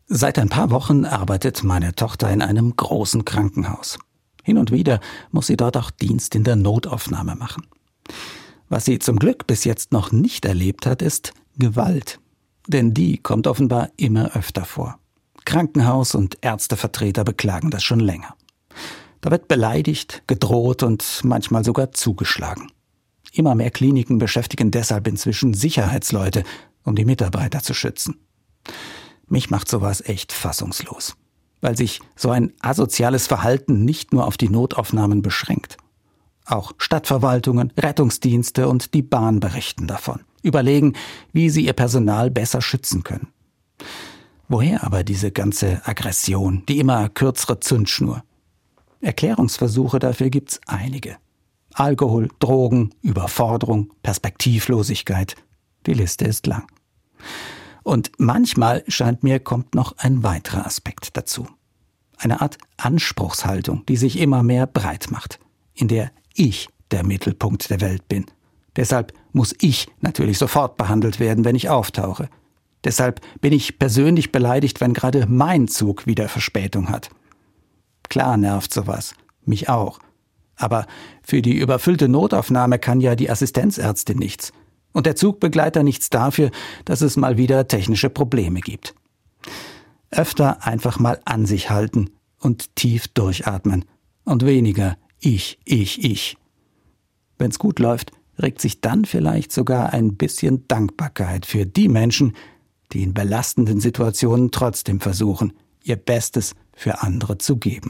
Seit ein paar Wochen arbeitet meine Tochter in einem großen Krankenhaus. Hin und wieder muss sie dort auch Dienst in der Notaufnahme machen. Was sie zum Glück bis jetzt noch nicht erlebt hat, ist Gewalt. Denn die kommt offenbar immer öfter vor. Krankenhaus- und Ärztevertreter beklagen das schon länger. Da wird beleidigt, gedroht und manchmal sogar zugeschlagen. Immer mehr Kliniken beschäftigen deshalb inzwischen Sicherheitsleute, um die Mitarbeiter zu schützen. Mich macht sowas echt fassungslos, weil sich so ein asoziales Verhalten nicht nur auf die Notaufnahmen beschränkt. Auch Stadtverwaltungen, Rettungsdienste und die Bahn berichten davon, überlegen, wie sie ihr Personal besser schützen können. Woher aber diese ganze Aggression, die immer kürzere Zündschnur? Erklärungsversuche dafür gibt's einige. Alkohol, Drogen, Überforderung, Perspektivlosigkeit. Die Liste ist lang. Und manchmal, scheint mir, kommt noch ein weiterer Aspekt dazu. Eine Art Anspruchshaltung, die sich immer mehr breit macht, in der ich der Mittelpunkt der Welt bin. Deshalb muss ich natürlich sofort behandelt werden, wenn ich auftauche. Deshalb bin ich persönlich beleidigt, wenn gerade mein Zug wieder Verspätung hat. Klar nervt sowas, mich auch. Aber für die überfüllte Notaufnahme kann ja die Assistenzärztin nichts. Und der Zugbegleiter nichts dafür, dass es mal wieder technische Probleme gibt. Öfter einfach mal an sich halten und tief durchatmen. Und weniger ich. Wenn's gut läuft, regt sich dann vielleicht sogar ein bisschen Dankbarkeit für die Menschen, die in belastenden Situationen trotzdem versuchen, ihr Bestes für andere zu geben.